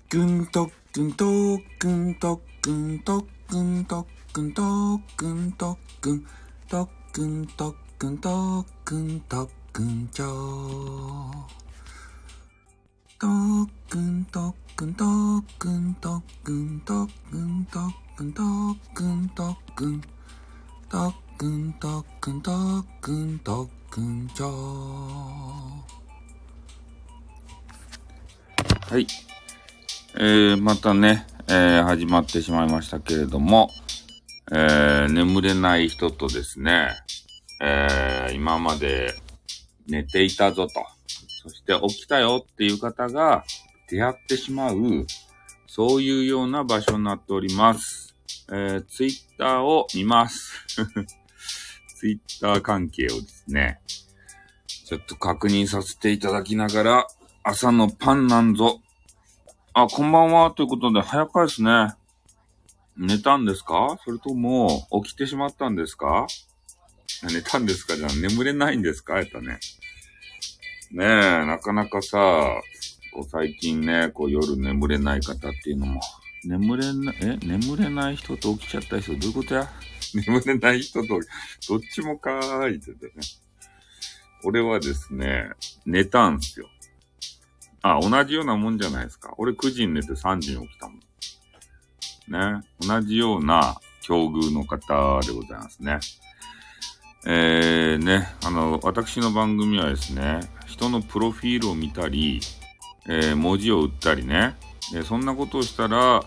くんとっくんとっくんとっくんとっくんとっくんとっくんとっくんとっくんとっくんとっくんとっくんちょとっくんとっくんとっくんとっくんとっくんとっくんとっくんとっくんとっくんとっくんとっくんとっくんちょはい。またね、始まってしまいましたけれども、眠れない人とですね、今まで寝ていたぞと、そして起きたよっていう方が出会ってしまう、そういうような場所になっております。ツイッターを見ます。ツイッター関係をですね、ちょっと確認させていただきながら、朝のパンなんぞ。あ、こんばんは。ということで、早かいですね。寝たんですか？それとも、起きてしまったんですか？寝たんですか？じゃあ、眠れないんですか？ねえ、なかなかさ、最近ね、夜眠れない方っていうのも、眠れない人と起きちゃった人、どういうことや？眠れない人と、どっちもかーいって言ってね。俺はですね、寝たんすよ。あ、同じようなもんじゃないですか。俺9時に寝て3時に起きたもん。ね。同じような境遇の方でございますね。私の番組はですね、人のプロフィールを見たり、文字を打ったりね、そんなことをしたら、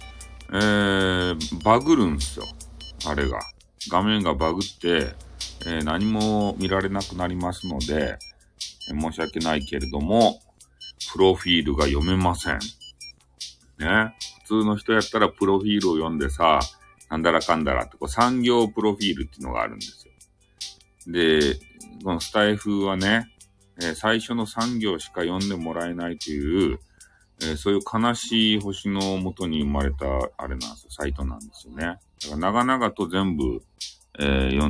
バグるんですよ。あれが。画面がバグって、何も見られなくなりますので、申し訳ないけれども、プロフィールが読めません。ね。普通の人やったらプロフィールを読んでさ、なんだらかんだらって、産業プロフィールっていうのがあるんですよ。で、このスタイフはね、最初の3行しか読んでもらえないという、そういう悲しい星の元に生まれたあれなんですよ、サイトなんですよね。だから長々と全部、読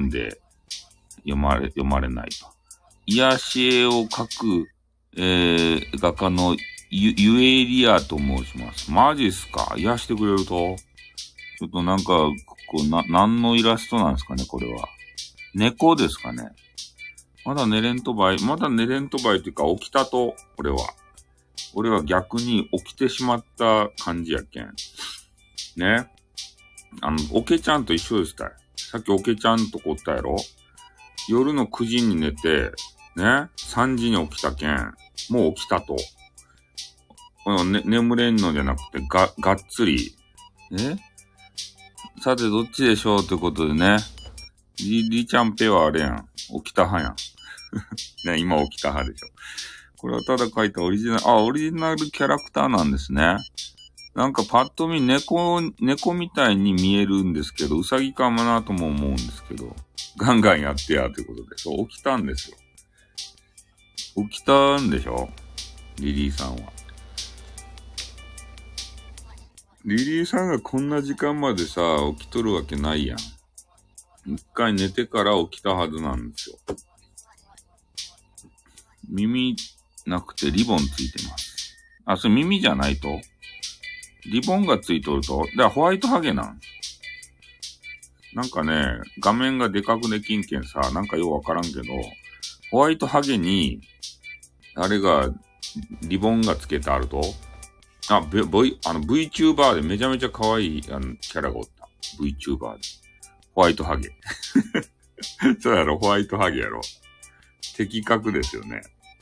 まれないと。癒し絵を描く、画家のゆえりやと申します。マジっすか？癒してくれると？ちょっとなんか、何のイラストなんですかね、これは。猫ですかね。まだ寝れんとばいっていうか起きたと、俺は逆に起きてしまった感じやけん。ね。オケちゃんと一緒ですたい。さっきオケちゃんとこおったやろ？夜の9時に寝て、ね。3時に起きたけん。もう起きたと。眠れんのじゃなくて、がっつり。さてどっちでしょうということでね。リちゃんペはあれやん。起きた派やん。ね、今起きた派でしょ。これはただ書いたオリジナルキャラクターなんですね。なんかパッと見猫みたいに見えるんですけど、ウサギかもなとも思うんですけど、ガンガンやってやということで、そう起きたんですよ。起きたんでしょ？リリーさんは。リリーさんがこんな時間までさ、起きとるわけないやん。一回寝てから起きたはずなんですよ。耳なくてリボンついてます。あ、それ耳じゃないと？リボンがついとると？だからホワイトハゲなん？なんかね、画面がでかくできんけんさ、なんかようわからんけど、ホワイトハゲに、あれが、リボンがつけてあると、VTuber でめちゃめちゃ可愛いキャラがおった。VTuber で。ホワイトハゲ。そうやろ、ホワイトハゲやろ。的確ですよね。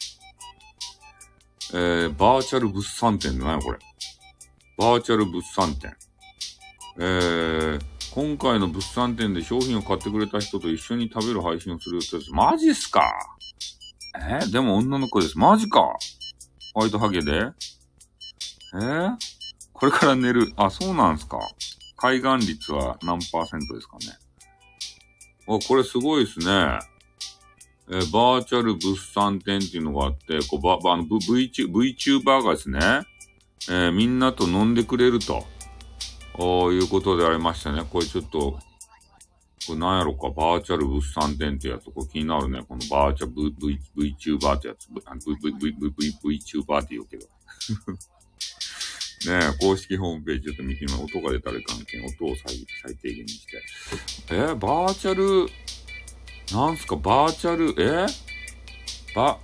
バーチャル物産展って何やこれ。バーチャル物産展。今回の物産展で商品を買ってくれた人と一緒に食べる配信をする予定です。マジっすか？でも女の子です。マジか？ホワイトハゲで？これから寝る。あ、そうなんすか。海岸率は何%ですかね。これすごいですね。バーチャル物産展っていうのがあって、VTuber がですね、みんなと飲んでくれると、いうことでありましたね。これちょっと、これ何やろか、バーチャル物産展ってやつ、これ気になるね。このバーチャル VTuber ってやつ、VTuber って言うけど。 公式ホームページちょっと見てみます。音が出たらいかんけん、音を最低限にして。バーチャル、なんすか、バーチャル、バ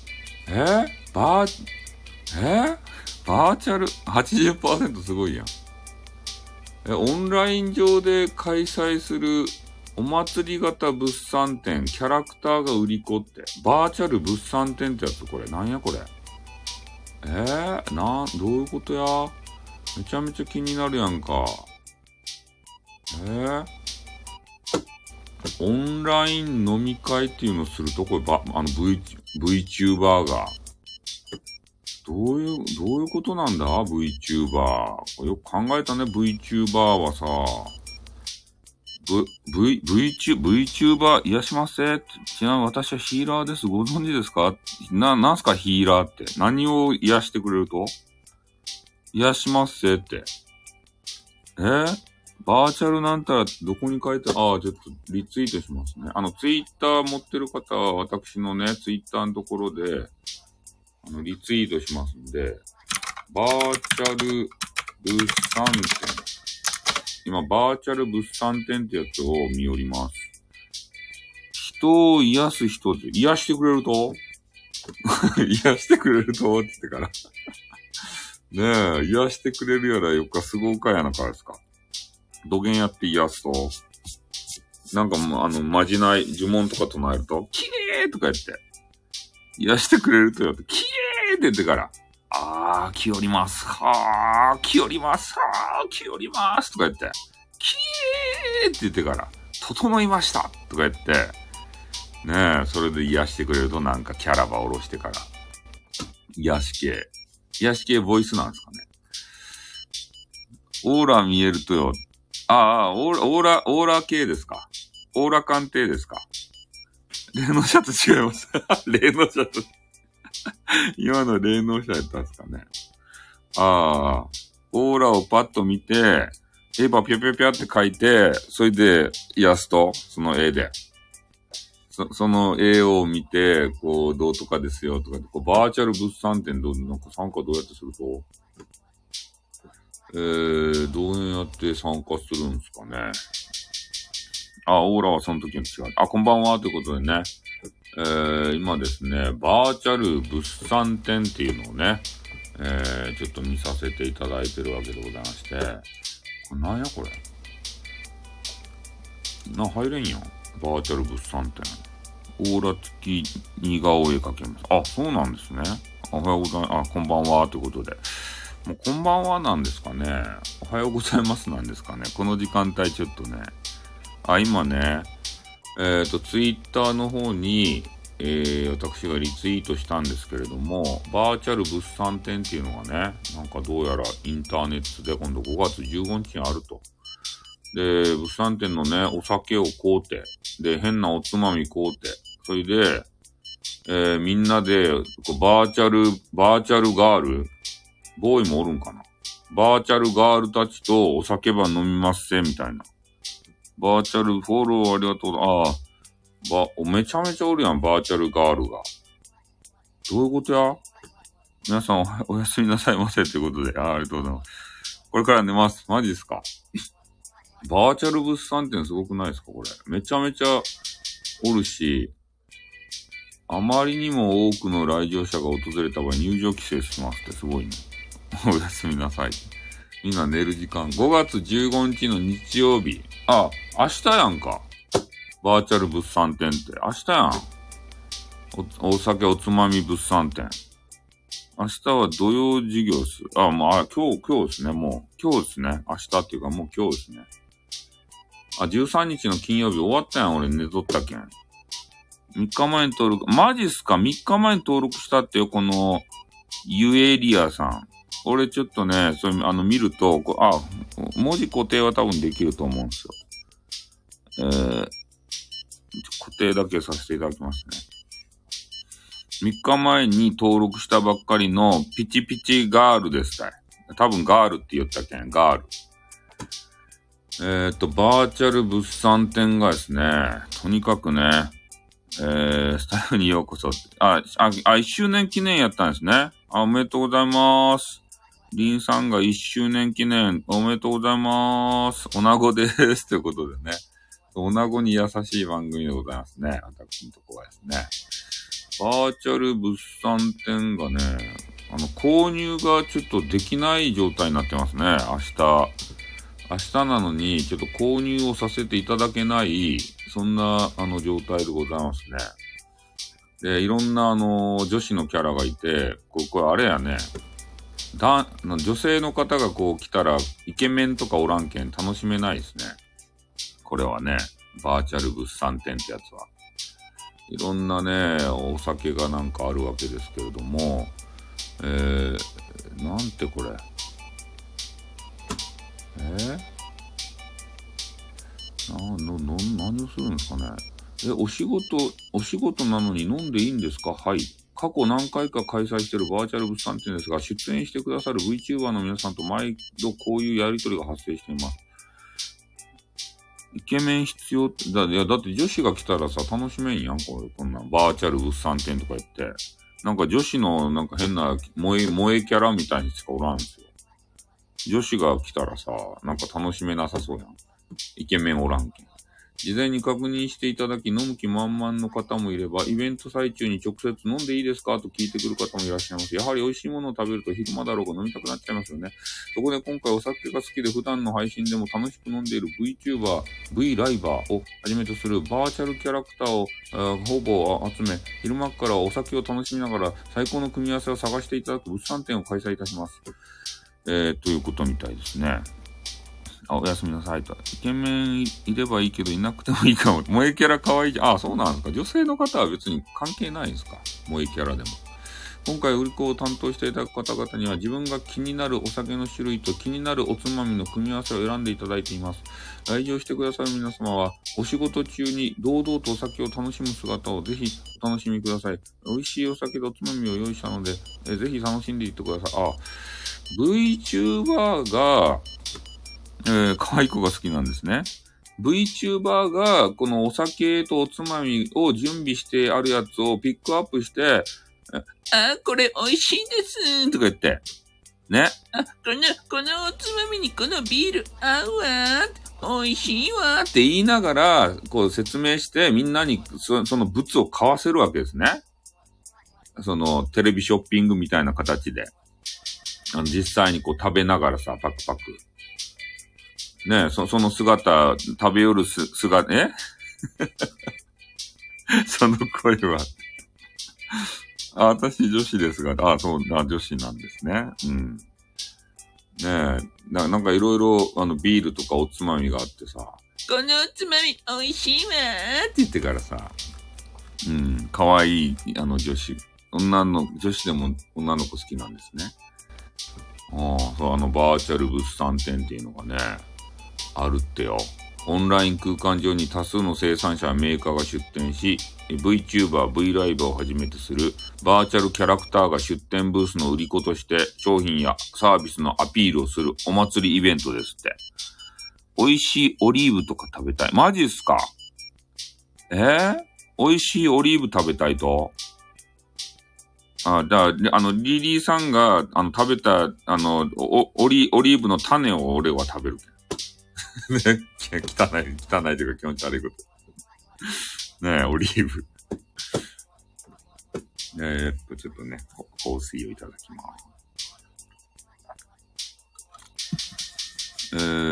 ーチャル 80% すごいやん。オンライン上で開催するお祭り型物産展、キャラクターが売り子って。バーチャル物産展ってやつこれ。なんやこれ。どういうことや。めちゃめちゃ気になるやんか。オンライン飲み会っていうのをすると、これVTuber が。どういうことなんだ ?VTuber。よく考えたね、VTuber はさ。VTuber 癒しませちなみに私はヒーラーです。ご存知ですかなんすかヒーラーって。何を癒してくれると癒しますせって。バーチャルなんたらどこに書いてちょっとリツイートしますね。ツイッター持ってる方は私のね、ツイッターのところで、リツイートしますんで、バーチャル物産展。今、バーチャル物産展ってやつを見よります。人を癒す人で、癒してくれると癒してくれるとって言ってからねえ、癒してくれるやらよっかすごうかやなからですか。土下やって癒すと、なんかまじない呪文とか唱えると、キレーとか言って、癒してくれるとやって、キレーって言ってから、来よります。来よります。来よります。とか言って、キレーって言ってから、整いました。とか言って、ねえ、それで癒してくれるとなんかキャラバ下ろしてから、癒し系ボイスなんですかね。オーラ見えるとよ、オーラ系ですか。オーラ鑑定ですか。霊能者と違います。霊能者と。今の霊能者やったんですかね。オーラをパッと見て、エヴァピャピャピャって書いて、それで癒すと、その絵で。その絵を見て、どうとかですよとか、バーチャル物産展なんか参加どうやってするとどうやって参加するんですかね。オーラはその時に違う。こんばんはということでね。今ですね、バーチャル物産展っていうのをね、ちょっと見させていただいてるわけでございまして。これなんやこれ。入れんやん。バーチャル物産展。オーラ付き似顔絵描けます。そうなんですね。おはようございます。こんばんはということで。もうこんばんはなんですかね。おはようございますなんですかね。この時間帯ちょっとね。今ね、ツイッターの方に、私がリツイートしたんですけれども、バーチャル物産展っていうのがね、なんかどうやらインターネットで今度5月15日にあると。で、物産展のね、お酒を買うて、で、変なおつまみ買うて、それで、みんなで、バーチャルガール、ボーイもおるんかな。バーチャルガールたちとお酒ば飲みますせ、みたいな。バーチャルフォローありがとう。めちゃめちゃおるやん、バーチャルガールが。どういうことや？皆さんおやすみなさいませということで、ありがとうございます。これから寝ます。マジですか？バーチャル物産展すごくないですかこれ。めちゃめちゃおるし、あまりにも多くの来場者が訪れた場合入場規制しますってすごいね。おやすみなさい。みんな寝る時間。5月15日の日曜日。明日やんか。バーチャル物産展って。明日やん。お酒おつまみ物産展。明日は土曜授業です。今日ですね。もう、今日ですね。明日っていうかもう今日ですね。13日の金曜日終わったやん。俺寝とったけん。3日前に登録、マジっすか ?3 日前に登録したってよ、この、ユエリアさん。俺ちょっとね、それ見ると、文字固定は多分できると思うんですよ。固定だけさせていただきますね。3日前に登録したばっかりのピチピチガールですたい。多分ガールって言ったけん、ガール。バーチャル物産展がですね、とにかくね、スタイフにようこそ。1周年記念やったんですね。おめでとうございます。 リンさんが1周年記念おめでとうございます。おなごです。ということでね。おなごに優しい番組でございますね。私のところはですね。バーチャル物産展がね、購入がちょっとできない状態になってますね。明日なのに、ちょっと購入をさせていただけない、そんな、状態でございますね。で、いろんな、女子のキャラがいて、これあれやね、女性の方がこう来たら、イケメンとかおらんけん楽しめないですね。これはね、バーチャル物産展ってやつは。いろんなね、お酒がなんかあるわけですけれども、なんてこれ。何をするんですかね。お仕事なのに飲んでいいんですか？はい。過去何回か開催しているバーチャル物産展ですが、出演してくださる VTuber の皆さんと毎度こういうやりとりが発生しています。イケメン必要って、だって女子が来たらさ、楽しめんやん、こんなん。バーチャル物産展とか言って。なんか女子のなんか変な萌えキャラみたいにしかおらんすよ。女子が来たらさ、なんか楽しめなさそうやん。イケメンおらんけん。事前に確認していただき、飲む気満々の方もいれば、イベント最中に直接飲んでいいですかと聞いてくる方もいらっしゃいます。やはり美味しいものを食べると昼間だろうが飲みたくなっちゃいますよね。そこで今回お酒が好きで普段の配信でも楽しく飲んでいる VTuber、V ライバーをはじめとするバーチャルキャラクターをほぼ集め、昼間からお酒を楽しみながら最高の組み合わせを探していただく物産展を開催いたします。ということみたいですね。おやすみなさいと。イケメンいればいいけどいなくてもいいかも。萌えキャラ可愛いじゃん。そうなんですか。女性の方は別に関係ないんですか。萌えキャラでも。今回売り子を担当していただく方々には自分が気になるお酒の種類と気になるおつまみの組み合わせを選んでいただいています。来場してくださる皆様はお仕事中に堂々とお酒を楽しむ姿をぜひお楽しみください。美味しいお酒とおつまみを用意したので、ぜひ楽しんでいってください。VTuber が可愛い子が好きなんですね。VTuber が、このお酒とおつまみを準備してあるやつをピックアップして、これ美味しいですとか言って、ね。このおつまみにこのビール合うわ美味しいわって言いながら、こう説明してみんなにその物を買わせるわけですね。そのテレビショッピングみたいな形で。実際にこう食べながらさ、パクパク。ねえ、その姿、食べよる姿、その声は。私女子ですが、女子なんですね。うん。ねえ、なんかいろいろ、ビールとかおつまみがあってさ、このおつまみ美味しいわーって言ってからさ、うん、可愛い、女子でも女の子好きなんですね。そう、バーチャル物産展っていうのがね、あるってよ。オンライン空間上に多数の生産者やメーカーが出展し、VTuber、V ライブをはじめとするバーチャルキャラクターが出展ブースの売り子として商品やサービスのアピールをするお祭りイベントですって。美味しいオリーブとか食べたい。マジっすか？美味しいオリーブ食べたいと？リリーさんが、食べた、オリーブの種を俺は食べる。ね、汚いというか気持ち悪いこと。ねえ、オリーブ。ちょっとね、香水をいただきます。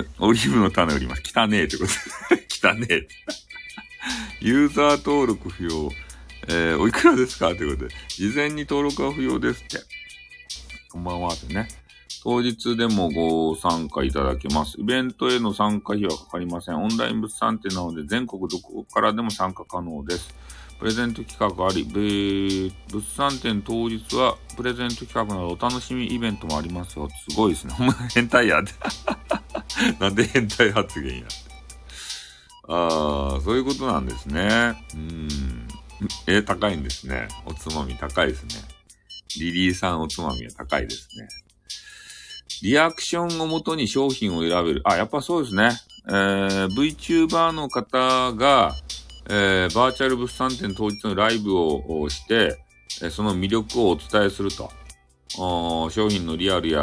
オリーブの種を売ります。汚ねえってこと。汚ねえ。ユーザー登録不要。おいくらですかということで、事前に登録は不要ですって。こんばんはってね。当日でもご参加いただけます。イベントへの参加費はかかりません。オンライン物産展なので全国どこからでも参加可能です。プレゼント企画あり、物産展当日はプレゼント企画などお楽しみイベントもありますよ。すごいですね。ほんま変態やって。なんで変態発言やって。そういうことなんですね。高いんですね。おつまみ高いですね。リリーさんおつまみは高いですね。リアクションをもとに商品を選べる。やっぱそうですね。VTuber の方が、バーチャル物産展当日のライブをして、その魅力をお伝えすると。商品のリアルや、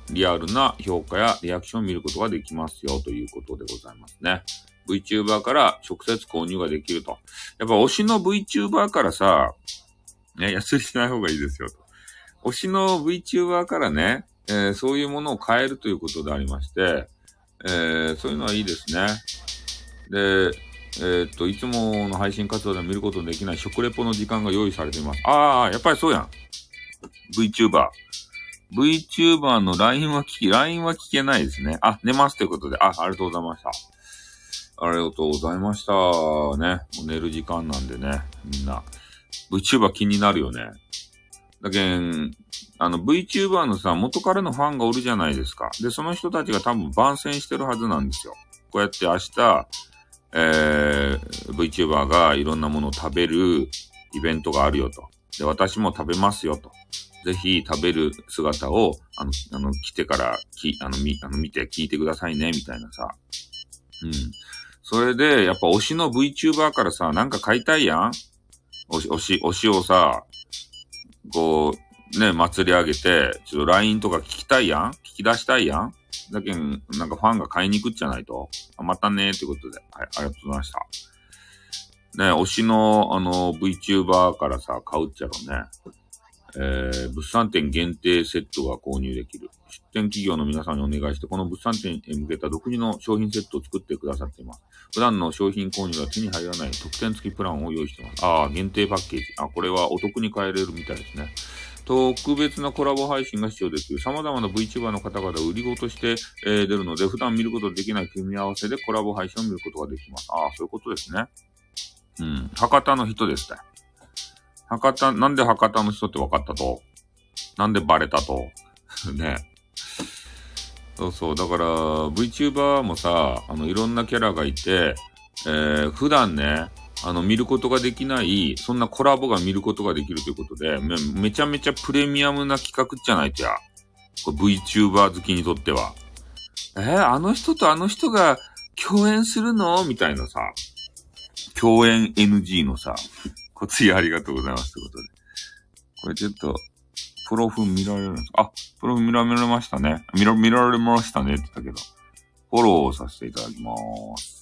リアルな評価やリアクションを見ることができますよということでございますね。VTuber から直接購入ができると。やっぱ推しの VTuber からさ、ね、安売りしない方がいいですよと。推しの VTuber からね、そういうものを買えるということでありまして、そういうのはいいですね。で、いつもの配信活動では見ることのできない食レポの時間が用意されています。ああ、やっぱりそうやん。VTuber。VTuber の LINE は聞けないですね。あ、寝ますということで。ありがとうございました。ありがとうございました。ね。もう寝る時間なんでね。みんな。VTuber 気になるよね。だけん、VTuber のさ、元からのファンがおるじゃないですか。で、その人たちが多分番宣してるはずなんですよ。こうやって明日、VTuber がいろんなものを食べるイベントがあるよと。で、私も食べますよと。ぜひ食べる姿を、来てから見て聞いてくださいね、みたいなさ。うん。それで、やっぱ推しの VTuber からさ、なんか買いたいやん？推しをさ、こう、ね、祭り上げて、ちょっと LINE とか聞きたいやん？聞き出したいやん？だけん、なんかファンが買いに行くっちゃないと。またねーってことで。はい、ありがとうございました。ね、推しの、VTuber からさ、買うっちゃろね。物産展限定セットが購入できる。出展企業の皆さんにお願いして、この物産展へ向けた独自の商品セットを作ってくださっています。普段の商品購入は手に入らない特典付きプランを用意しています。限定パッケージ。これはお得に買えれるみたいですね。特別なコラボ配信が必要できる。様々な VTuber の方々を売り子として、出るので、普段見ることできない組み合わせでコラボ配信を見ることができます。そういうことですね。うん。博多の人ですね。なんで博多の人って分かったと？なんでバレたと？ね。そうそう。だから、VTuber もさ、いろんなキャラがいて、普段ね、見ることができない、そんなコラボが見ることができるということで、めちゃめちゃプレミアムな企画じゃないとや。これ VTuber 好きにとっては。あの人とあの人が共演するの？みたいなさ、共演 NG のさ、こっちありがとうございますということで。これちょっと、プロフ見られるんですか？プロフ見られましたね。見られましたねって言ったけど、フォローさせていただきます。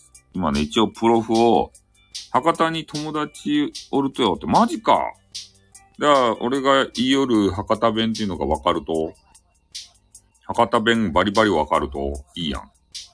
今ね、一応プロフを、博多に友達おるとよって、マジか。じゃあ、俺が言いよる博多弁っていうのがわかると、博多弁バリバリわかると、いいやん。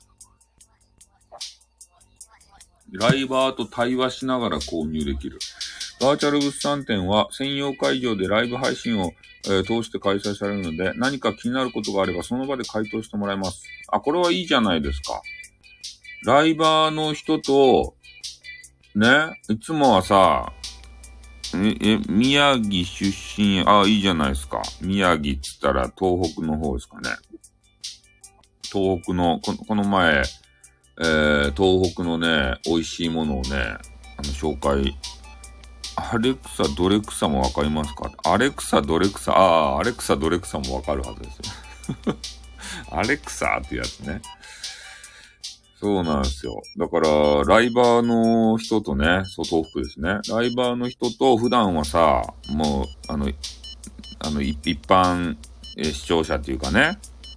ライバーと対話しながら購入できる。バーチャル物産展は専用会場でライブ配信を、通して開催されるので、何か気になることがあればその場で回答してもらいます。これはいいじゃないですか。ライバーの人と、ね、いつもはさ、宮城出身、いいじゃないですか。宮城っつったら東北の方ですかね。東北の、この前、東北のね、美味しいものをね、紹介。アレクサ、ドレクサもわかりますか？アレクサ、ドレクサ、アレクサ、ドレクサもわかるはずですよ。アレクサっていうやつね。そうなんですよ。だから、ライバーの人とね、東北ですね。ライバーの人と普段はさ、もう、一般、視聴者っていうかね、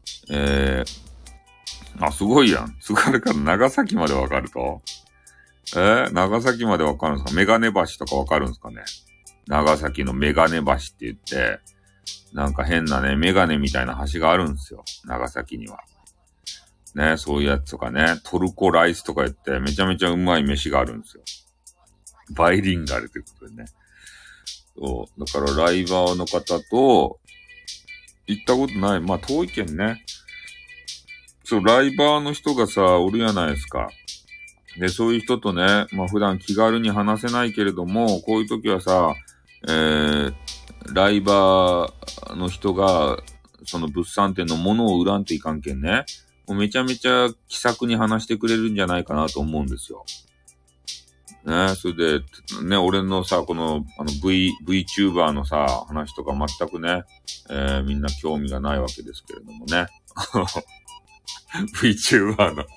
すごいやん。すごいから長崎までわかると。長崎までわかるんですか？メガネ橋とかわかるんですかね？長崎のメガネ橋って言って、なんか変なね、メガネみたいな橋があるんですよ。長崎には。ね、そういうやつとかね、トルコライスとか言って、めちゃめちゃうまい飯があるんですよ。バイリンガルということでね。そう。だからライバーの方と、行ったことない。遠いけんね。そう、ライバーの人がさ、おるやないですか。で、そういう人とね、普段気軽に話せないけれども、こういう時はさ、ライバーの人が、その物産展のものを売らんといかんけんね。もうめちゃめちゃ気さくに話してくれるんじゃないかなと思うんですよ。ね、それで、ね、俺のさ、この、VTuber のさ、話とか全くね、みんな興味がないわけですけれどもね。VTuber の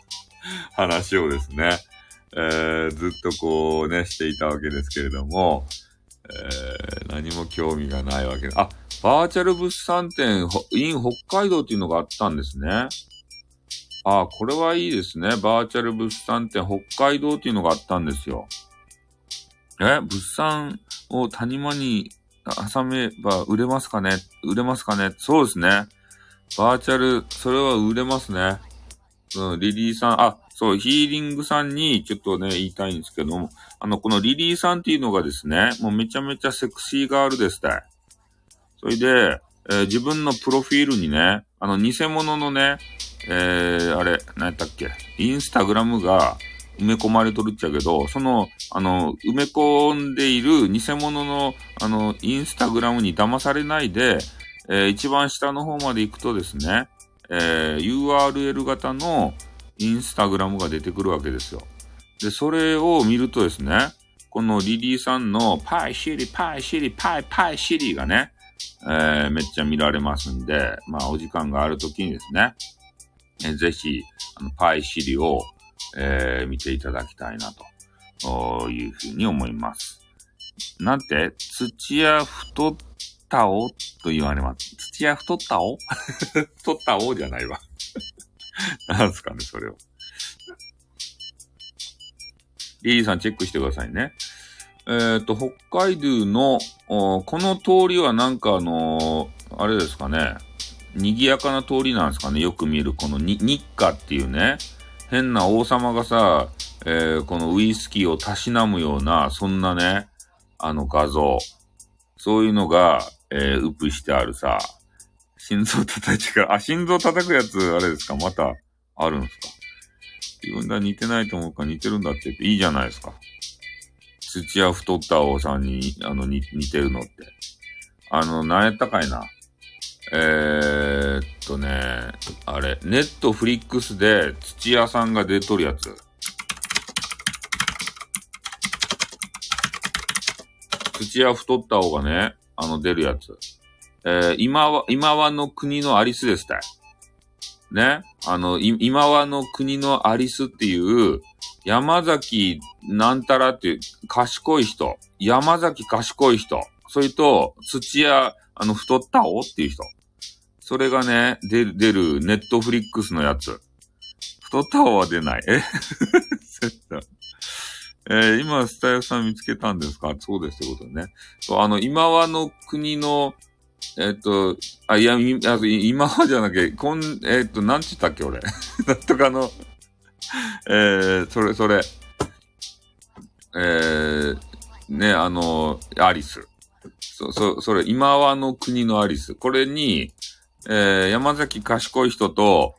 話をですね、ずっとこうね、していたわけですけれども、 何も興味がないわけ。あ、バーチャル物産展 in 北海道っていうのがあったんですね。あ、これはいいですね。バーチャル物産展北海道っていうのがあったんですよ。物産を谷間に挟めば売れますかね？売れますかね？そうですね。バーチャル、それは売れますね。リリーさん、そう、ヒーリングさんにちょっとね、言いたいんですけども、このリリーさんっていうのがですね、もうめちゃめちゃセクシーガールですね。それで、自分のプロフィールにね、偽物のね、あれ、何やったっけ、インスタグラムが埋め込まれとるっちゃけど、その、埋め込んでいる偽物の、インスタグラムに騙されないで、一番下の方まで行くとですね、URL 型のインスタグラムが出てくるわけですよ。で、それを見るとですね、このリリーさんのパイシリがね、めっちゃ見られますんで、まあお時間があるときにですね、ぜひ、パイシリを、見ていただきたいなというふうに思います。なんて、土屋太ったおと言われます。土屋太ったお太ったおじゃないわ。なんすかね、それを。リリーさんチェックしてくださいね。北海道の、この通りはなんかあれですかね。賑やかな通りなんですかね。よく見るこの日課っていうね。変な王様がさ、このウイスキーをたしなむような、そんなね、画像。そういうのが、ウプしてあるさ。心臓叩いてから、心臓叩くやつ、あれですか？また、あるんですか？自分では似てないと思うから似てるんだって言っていいじゃないですか。土屋太った王さんに、似てるのって。何やったかいな。あれ、ネットフリックスで土屋さんが出とるやつ。土屋太った王がね、出るやつ。今はの国のアリスですたい。ね。今はの国のアリスっていう、山崎なんたらっていう、賢い人。山崎賢い人。それと、土屋、太ったおっていう人。それがね、出る、ネットフリックスのやつ。太ったおは出ない。今、スタイフさん見つけたんですか？そうですってことね。そう、今はの国の、今はじゃなきゃ、なんて言ったっけ、俺。なんとかの、それ、ね、アリス。それ、今はの国のアリス。これに、山崎賢い人と、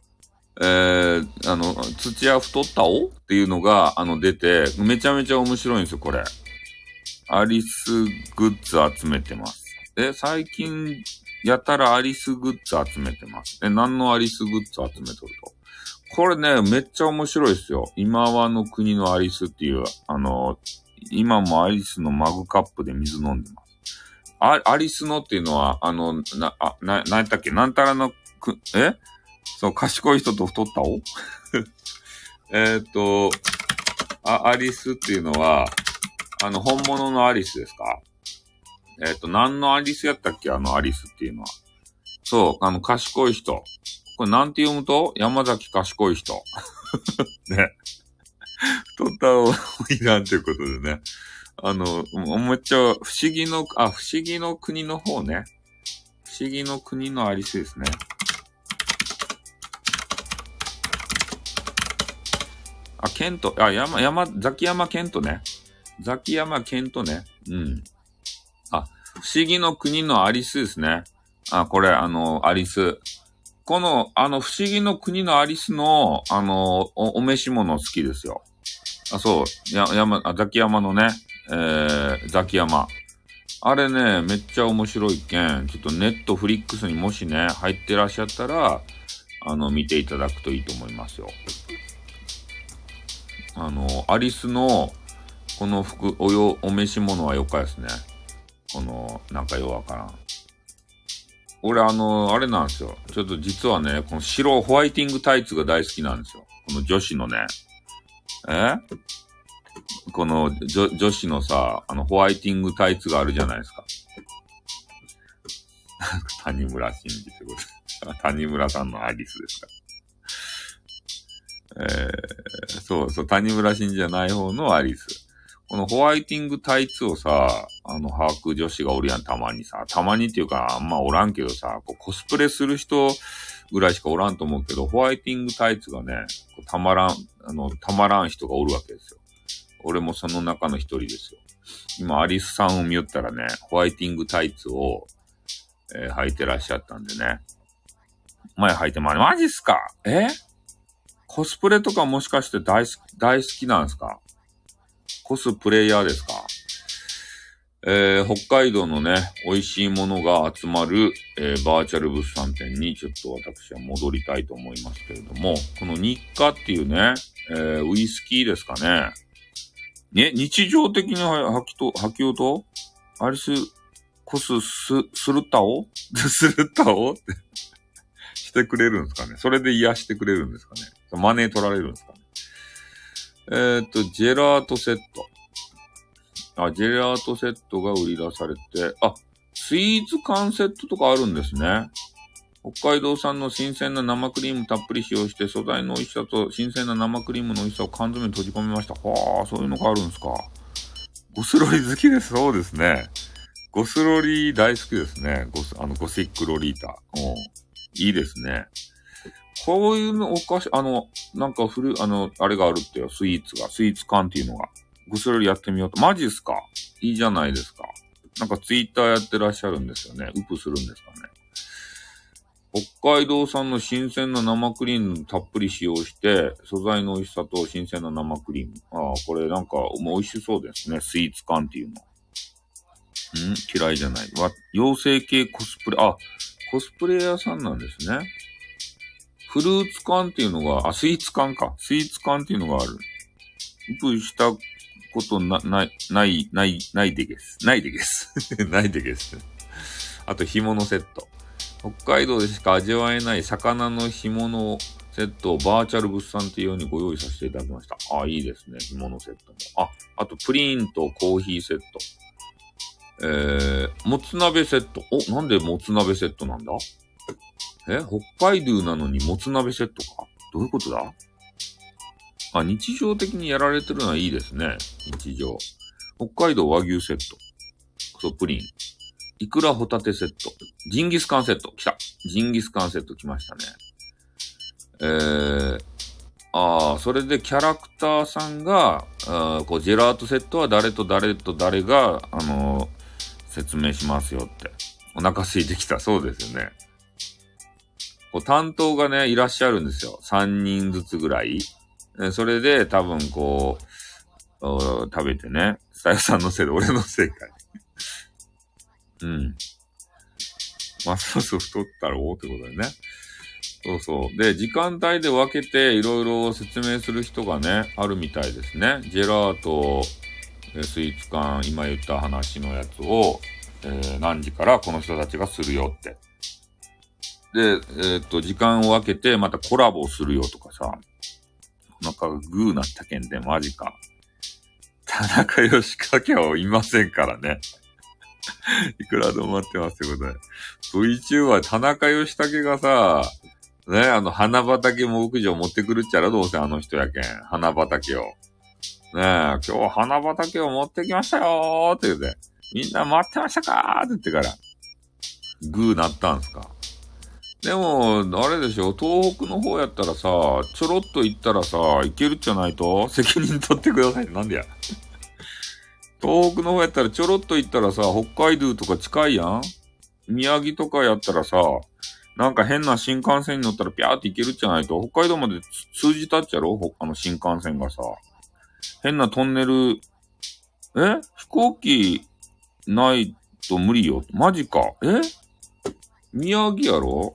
土屋太ったおっていうのが、出て、めちゃめちゃ面白いんですよ、これ。アリスグッズ集めてます。最近、やたらアリスグッズ集めてます。何のアリスグッズ集めとると。これね、めっちゃ面白いですよ。今はの国のアリスっていう、今もアリスのマグカップで水飲んでます。アリスのっていうのは、なんやったっけ？なんたらのそう、賢い人と太ったおアリスっていうのは、本物のアリスですか？何のアリスやったっけ？アリスっていうのは。そう、賢い人。これなんて読むと？山崎賢い人。ね。太ったおいらんということでね。めっちゃ、不思議の国の方ね。不思議の国のアリスですね。ケント、ザキヤマケントね。ザキヤマケントね。うん。不思議の国のアリスですね。これ、アリス。この、不思議の国のアリスの、お召し物好きですよ。そう。ザキヤマのね、ザキヤマ。あれね、めっちゃ面白いけん、ちょっとネットフリックスにもしね、入ってらっしゃったら、見ていただくといいと思いますよ。アリスの、このお召し物はよかですね。なんかようわからん。俺あれなんですよ。ちょっと実はね、このホワイティングタイツが大好きなんですよ。この女子のね。 この女子のさ、ホワイティングタイツがあるじゃないですか。谷村新司ってこと。谷村さんのアリスですか。そうそう、谷村新司じゃない方のアリス。このホワイティングタイツをさ、履く女子がおるやん、たまにさ。たまにっていうか、あんまおらんけどさ、コスプレする人ぐらいしかおらんと思うけど、ホワイティングタイツがね、たまらん人がおるわけですよ。俺もその中の一人ですよ。今、アリスさんを見よったらね、ホワイティングタイツを、履いてらっしゃったんでね。前履いてマジっすか？コスプレとかもしかして大好きなんですか？コスプレイヤーですか？北海道のね、美味しいものが集まる、バーチャル物産展にちょっと私は戻りたいと思いますけれども、この日課っていうね、ウイスキーですかね。日常的に吐き音アリス、コススルタオスルタオってしてくれるんですかね。それで癒してくれるんですかね。マネー取られるんですかね。ジェラートセット。ジェラートセットが売り出されて、スイーツ缶セットとかあるんですね。北海道産の新鮮な生クリームたっぷり使用して、素材の美味しさと新鮮な生クリームの美味しさを缶詰に閉じ込めました。はあ、そういうのがあるんですか。ゴスロリ好きです。そうですね。ゴスロリ大好きですね。ゴシックロリータ。いいですね。こういうのお菓子、なんかあれがあるってよ、スイーツ缶っていうのが。ゴスロリやってみようと。マジっすか？いいじゃないですか。なんかツイッターやってらっしゃるんですよね。ウプするんですかね。北海道産の新鮮な生クリームたっぷり使用して、素材の美味しさと新鮮な生クリーム。これなんかもう美味しそうですね。スイーツ缶っていうの。嫌いじゃない。妖精系コスプレ、コスプレ屋さんなんですね。フルーツ缶っていうのが、スイーツ缶か。スイーツ缶っていうのがある。ウプしたことないでげす。ないでげす。ないでげす。あと、干物セット。北海道でしか味わえない魚の干物セットをバーチャル物産っていうようにご用意させていただきました。いいですね。干物セットも。あと、プリンとコーヒーセット。もつ鍋セット。なんでもつ鍋セットなんだ？北海道なのにもつ鍋セットか？どういうことだ？日常的にやられてるのはいいですね。日常。北海道和牛セット。プリン。イクラホタテセット。ジンギスカンセット。来た。ジンギスカンセット来ましたね。それでキャラクターさんが、ジェラートセットは誰と誰と誰が、説明しますよって。お腹空いてきた。そうですよね。担当がね、いらっしゃるんですよ。3人ずつぐらい。それで多分食べてね。スタイルさんのせいで俺のせいかい。ますます太ったろうってことだよね。そうそう。で、時間帯で分けていろいろ説明する人がね、あるみたいですね。ジェラート、スイーツ缶、今言った話のやつを、何時からこの人たちがするよって。で、時間を分けてまたコラボするよとかさ。なんかグーなったけんでマジか。田中義武はいませんからね。いくらでも待ってますってことで。VTuber 田中義武がさ、ね、花畑牧場持ってくるっちゃらどうせあの人やけん。花畑を。ね今日花畑を持ってきましたよーって言って。みんな待ってましたかーって言ってから。グーなったんすか。でも、あれでしょ、東北の方やったらさ、ちょろっと行ったらさ、行けるじゃないと責任取ってください。なんでや。東北の方やったらちょろっと行ったらさ、北海道とか近いやん。宮城とかやったらさ、なんか変な新幹線に乗ったらピャーって行けるじゃないと、北海道まで通じたっちゃろ新幹線がさ。変なトンネル、飛行機ないと無理よ。マジか。宮城やろ？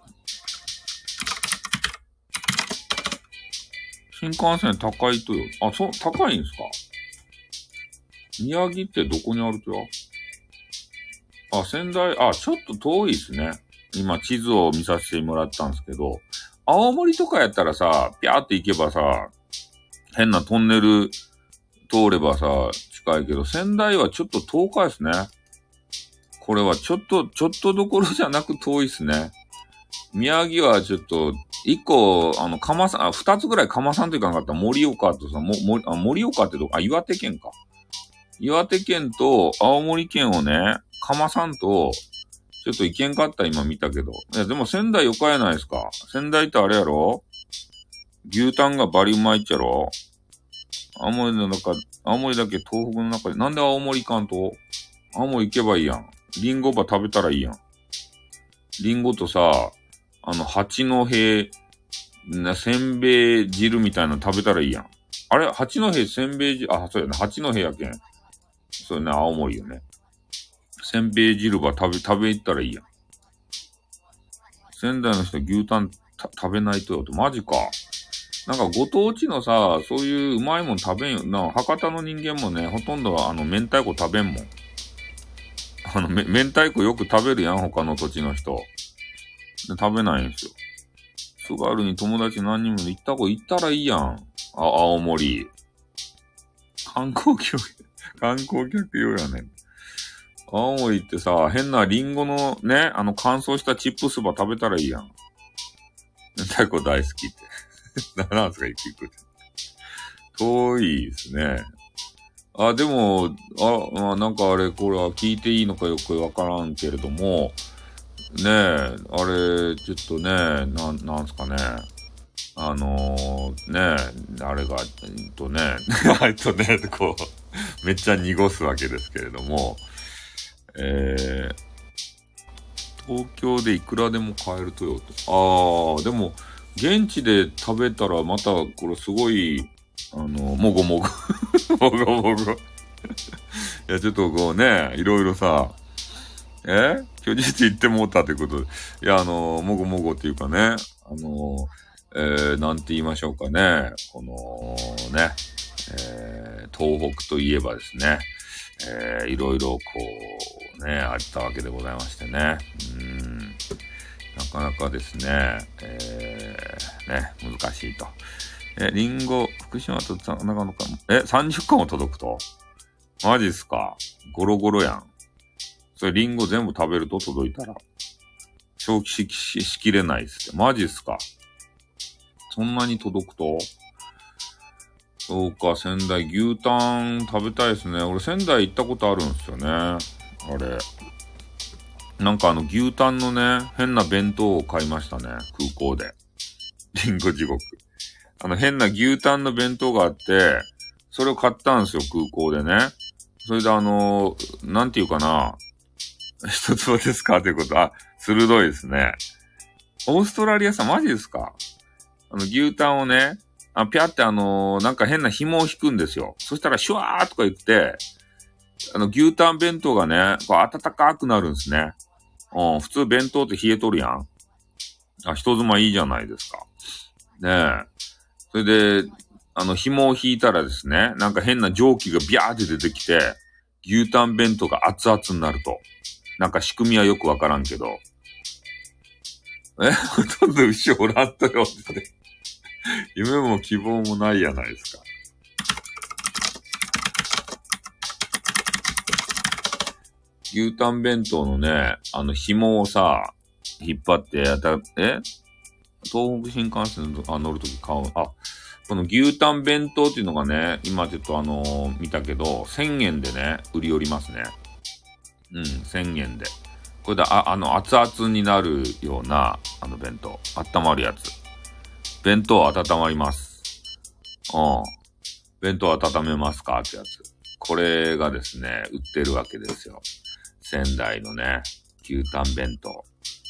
新幹線高いとよ。高いんすか？宮城ってどこにあるとよ？仙台、ちょっと遠いっすね。今地図を見させてもらったんですけど、青森とかやったらさ、ピャーって行けばさ、変なトンネル通ればさ、近いけど、仙台はちょっと遠かですね。これはちょっとどころじゃなく遠いですね。宮城はちょっと、一個、二つぐらい釜山といかなかった盛岡とさ、盛岡って岩手県か。岩手県と青森県をね、釜山と、ちょっと行けんかった今見たけど。いや、でも仙台よかやないですか。仙台ってあれやろ？牛タンがバリうまいっちゃろ？青森だけ東北の中で、なんで青森関東？青森行けばいいやん。リンゴば食べたらいいやん。リンゴとさ、八戸、せんべい汁みたいなの食べたらいいやん。あれ八戸せんべい汁、そうやね。八戸やけん。そうね、青森よね。せんべい汁ば食べ行ったらいいやん。仙台の人牛タン食べないとよって、マジか。なんかご当地のさ、そういううまいもん食べんよな。博多の人間もね、ほとんど明太子食べんもん。明太子よく食べるやん、他の土地の人。で食べないんですよ。津軽に友達何人も行ったらいいやん。青森。観光客用やねん。青森ってさ、変なリンゴのね、乾燥したチップスば食べたらいいやん。明太子大好きって。何なんすか、行くって。遠いですね。でも、なんかこれは聞いていいのかよくわからんけれども、ねえ、あれ、ちょっとね、なんすかね。ねえ、あれが、こう、めっちゃ濁すわけですけれども、東京でいくらでも買えるとよと。でも、現地で食べたらまた、これすごい、もごもご。もごもご。いや、ちょっとこうね、いろいろさ、居住地行ってもうたってことで。いや、もごもごっていうかね、なんて言いましょうかね。この、ね、東北といえばですね、いろいろこう、ね、あったわけでございましてね。なかなかですね、ね、難しいと。リンゴ、福島と長野か、30個も届くと？マジっすか？ゴロゴロやん。それリンゴ全部食べると届いたら。消費しきれないっすって。マジっすか？そんなに届くと？そうか、仙台牛タン食べたいですね。俺仙台行ったことあるんですよね。あれ。なんか牛タンのね、変な弁当を買いましたね。空港で。リンゴ地獄。変な牛タンの弁当があって、それを買ったんですよ、空港でね。それでなんていうかな。一つですかということ。鋭いですね。オーストラリアさんマジですか？牛タンをね、ぴゃってなんか変な紐を引くんですよ。そしたらシュワーとか言って、牛タン弁当がね、こう暖かくなるんですね。普通弁当って冷えとるやん。人妻いいじゃないですか。ねえ。それで、紐を引いたらですね、なんか変な蒸気がビャーって出てきて、牛タン弁当が熱々になると。なんか仕組みはよくわからんけど。ほとんど牛おらんとよって。夢も希望もないやないですか。牛タン弁当のね、紐をさ、引っ張って東北新幹線乗るとき買う。この牛タン弁当っていうのがね、今ちょっと見たけど、1000円でね、売り寄りますね。1000円で。これで、熱々になるような、弁当。温まるやつ。弁当温まります。弁当温めますかってやつ。これがですね、売ってるわけですよ。仙台のね、牛タン弁当。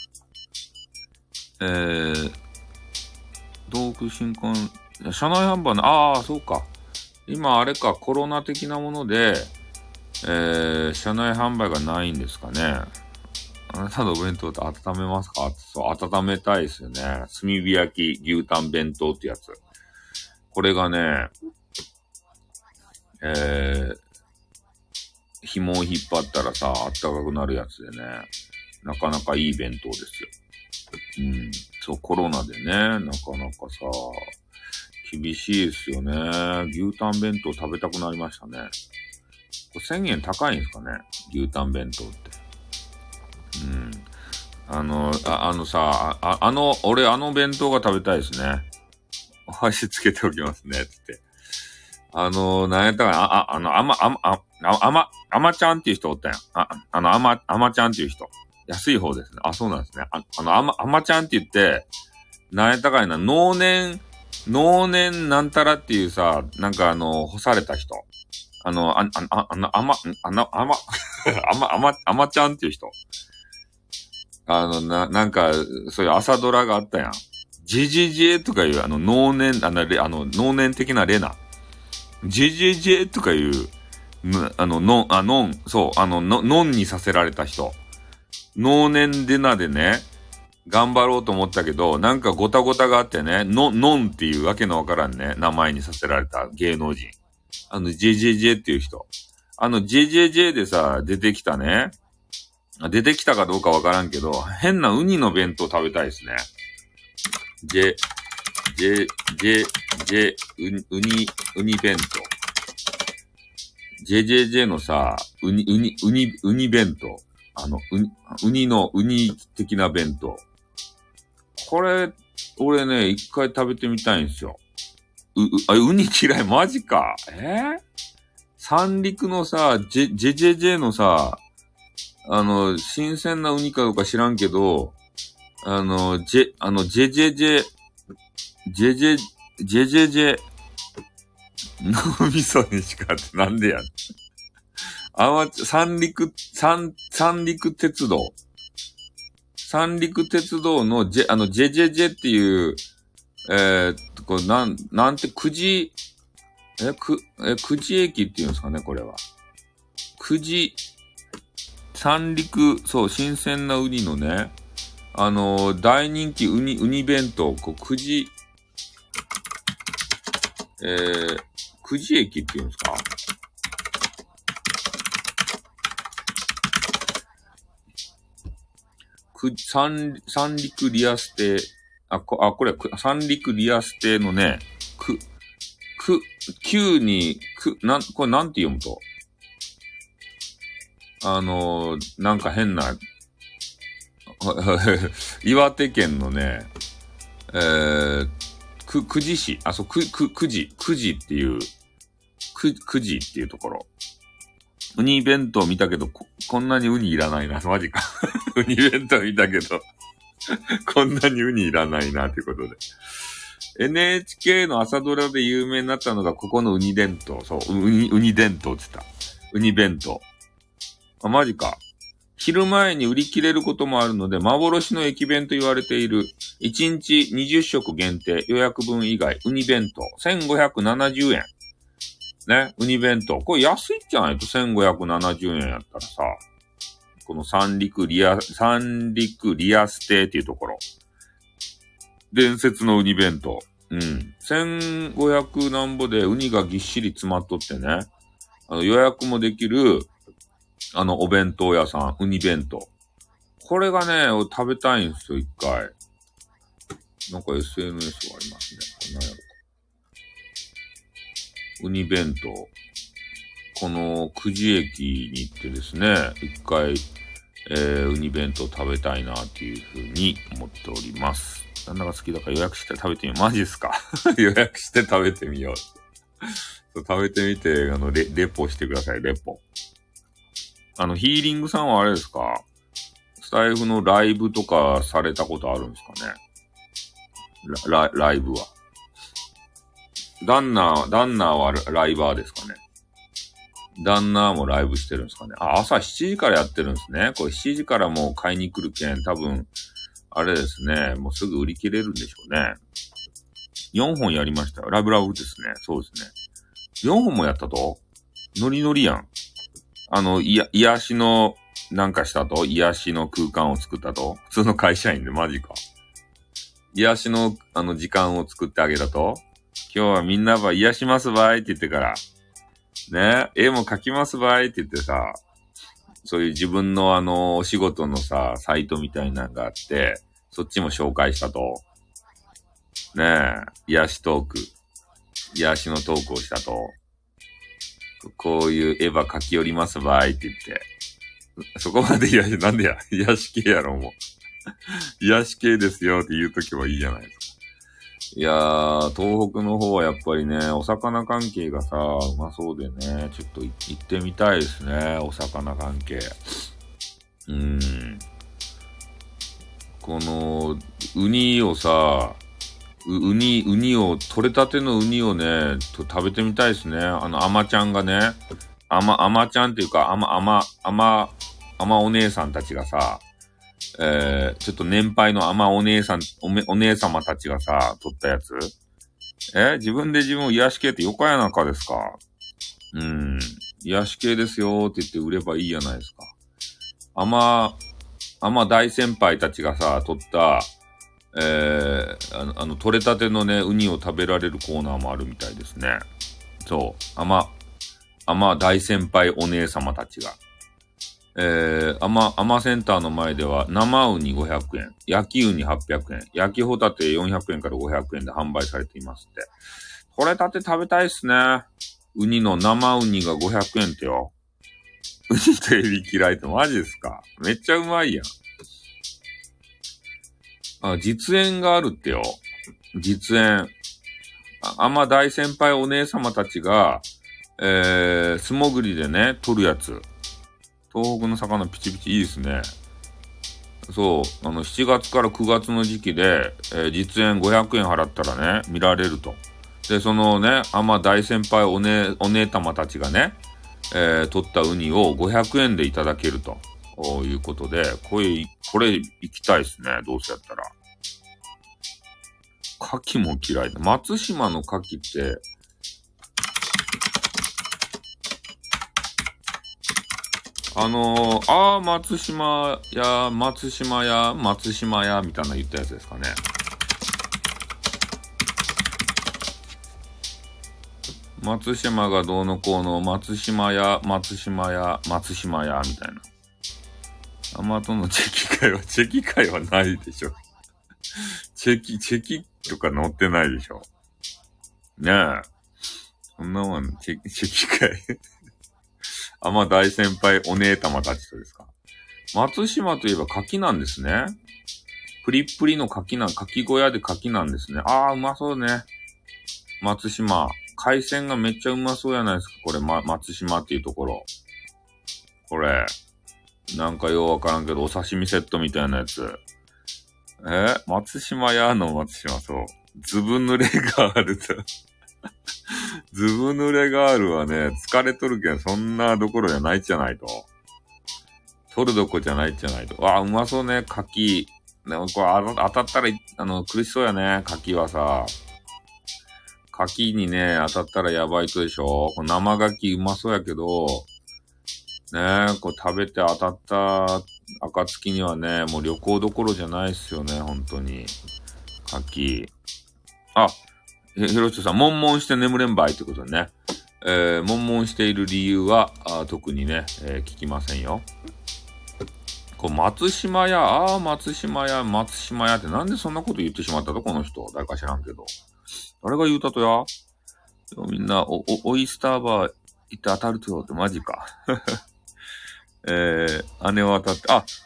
東北新幹、車内販売の、そうか。今あれか、コロナ的なもので、車内販売がないんですかね。あなたのお弁当って温めますか？そう、温めたいですよね。炭火焼き牛タン弁当ってやつ。これがね、紐を引っ張ったらさ、あったかくなるやつでね、なかなかいい弁当ですよ。そう、コロナでね、なかなかさ、 厳しいですよね。牛タン弁当食べたくなりましたね。これ1000円高いんですかね、牛タン弁当って。俺あの弁当が食べたいですね。お箸つけておきますね、つって。なんやったかな、あまちゃんっていう人おったやん。あまちゃんっていう人。安い方ですね。あ、そうなんですね。あまちゃんって言って、なんやったかいな、能年なんたらっていうさ、なんか干された人。あまちゃんっていう人。なんか、そういう朝ドラがあったやん。ジジジェとかいう能年的なレナ。ジジジェとかいう、ノンにさせられた人。能年でなでね、頑張ろうと思ったけど、なんかごたごたがあってね、ノンっていうわけのわからんね、名前にさせられた芸能人。JJJ っていう人。JJJ でさ、出てきたね。出てきたかどうかわからんけど、変なウニの弁当食べたいですね。ウニ弁当。JJJ のさ、ウニ弁当。ウニ的な弁当。これ、俺ね、一回食べてみたいんですよ。ウニ嫌い、マジか。三陸のさ、JJJ のさ、新鮮なウニかどうか知らんけど、JJJ、脳みそにしかってなんでやん。三陸鉄道。三陸鉄道のJJJ っていう、これなんて、久慈駅っていうんですかね、これは。久慈、三陸、そう、新鮮なウニのね、大人気ウニ弁当、久慈、久慈駅っていうんですか？三陸リアス亭、これ、三陸リアス亭のね、Q に、これなんて読むと？なんか変な、岩手県のね、久慈市、久慈っていう、久慈っていうところ。ウニ弁当見たけど、こんなにウニいらないな。マジか。ウニ弁当見たけど、こんなにウニいらないな、ということで。NHK の朝ドラで有名になったのが、ここのウニ弁当。そう、ウニ弁当って言った。ウニ弁当。あ、マジか。昼前に売り切れることもあるので、幻の駅弁と言われている、1日20食限定予約分以外、ウニ弁当、1570円。ね、ウニ弁当。これ安いじゃないと1570円やったらさ、この三陸リアス亭っていうところ。伝説のウニ弁当。1500なんぼでウニがぎっしり詰まっとってね。予約もできる、お弁当屋さん、ウニ弁当。これがね、食べたいんですよ、一回。なんか SNS がありますね。こんなんやろか。ウニ弁当。この久慈駅に行ってですね、一回、ウニ弁当食べたいなっていうふうに思っております。旦那が好きだから予約して食べてみよう。マジっすか？予約して食べてみよう。食べてみて、レポしてください、レポ。ヒーリングさんはあれですか？スタイフのライブとかされたことあるんですかね？ライブは。ダンナーはライバーですかね？ダンナーもライブしてるんですかね？朝7時からやってるんですね。これ7時からもう買いに来るけん、多分、あれですね、もうすぐ売り切れるんでしょうね。4本やりましたよ。ラブですね。そうですね。4本もやったと？ノリノリやん。癒しの、なんかしたと？癒しの空間を作ったと？普通の会社員でマジか。癒しの、時間を作ってあげたと？今日はみんなば癒しますばいって言ってから。ね、絵も描きますばいって言ってさ、そういう自分のお仕事のさ、サイトみたいなのがあって、そっちも紹介したと。ねえ、癒しトーク。 癒しのトークをしたと。こういうエヴァ書き寄りますばいって言って。そこまで癒し、なんでや、癒し系やろ、もう。癒し系ですよって言うときはいいじゃないですか。いやー、東北の方はやっぱりね、お魚関係がさ、うまそうでね、ちょっと行ってみたいですね、お魚関係。この、ウニをさ、ウニを、取れたてのウニをね、食べてみたいですね。アマちゃんがね、アマちゃんっていうか、アマお姉さんたちがさ、ちょっと年配のアマお姉さん、お姉様たちがさ、取ったやつ。自分で自分を癒し系って横やなかですか？癒し系ですよーって言って売ればいいじゃないですか。アマ大先輩たちがさ、取った、取れたてのね、ウニを食べられるコーナーもあるみたいですね。そう。アマ大先輩お姉様たちが。アマセンターの前では生ウニ500円、焼きウニ800円、焼きホタテ400円から500円で販売されていますって。取れたて食べたいっすね。ウニの生ウニが500円ってよ。ウニとエビ嫌いってマジですか？めっちゃうまいやん。実演があるってよ。実演。大先輩お姉様たちが、素潜りでね、取るやつ。東北の魚ピチピチいいですね。そう、7月から9月の時期で、実演500円払ったらね、見られると。で、そのね、大先輩お姉玉たちがね、取ったウニを500円でいただけるということで、これ行きたいですね。どうせやったら。牡蠣も嫌いだ。松島の牡蠣って、松島屋、みたいな言ったやつですかね。松島がどうのこうの、松島屋、みたいな。とのチェキ会はないでしょ。チェキとか載ってないでしょ。ねえ。そんなもん、チェキ会。大先輩お姉玉たちとですか。松島といえば牡蠣なんですね。プリップリの牡蠣小屋で牡蠣なんですね。うまそうね。松島。海鮮がめっちゃうまそうやないですか。これ、松島っていうところ。これ。なんかようわからんけど、お刺身セットみたいなやつ。松島屋の松島、そう。ずぶ濡れガールと。ずぶ濡れガールはね、疲れとるけん、そんなどころじゃないじゃないと。取るどこじゃないじゃないと。うまそうね、牡蠣。でもこれ当たったら、苦しそうやね、牡蠣はさ。牡蠣にね、当たったらやばいとでしょ。これ生牡蠣うまそうやけど、ねこれ食べて当たった暁にはね、もう旅行どころじゃないっすよね、本当に。牡蠣。ひろしとさん、悶々して眠れんばいってことでね。悶々している理由は、特にね、聞きませんよ。こう、松島屋ってなんでそんなこと言ってしまったとこの人。誰か知らんけど。誰が言うたとや？みんな、オイスターバー行って当たるとよってマジか。姉は当たって、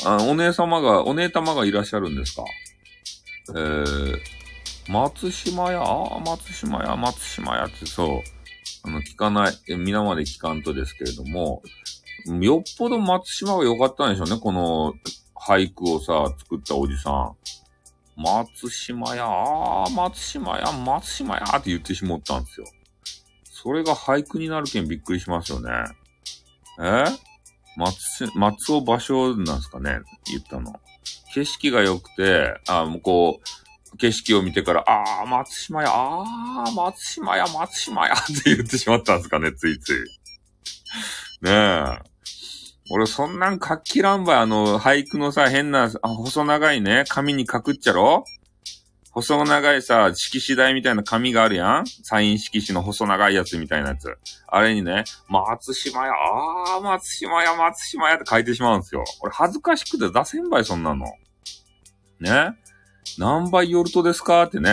お姉玉がいらっしゃるんですか？松島屋ってそう、聞かない、皆まで聞かんとですけれども、よっぽど松島が良かったんでしょうね、この俳句をさ、作ったおじさん。松島屋って言ってしもったんですよ。それが俳句になるけんびっくりしますよね。松尾芭蕉なんですかね、言ったの。景色が良くて、もうこう、景色を見てから、松島屋って言ってしまったんですかね、ついつい。ねえ。俺そんなん書きらんばい、俳句のさ、変な、細長いね、紙に書くっちゃろ？細長いさ、色紙台みたいな紙があるやん？サイン色紙の細長いやつみたいなやつ。あれにね、松島屋って書いてしまうんですよ。俺恥ずかしくて出せんばい、そんなの。ね？何倍寄るとですかってね。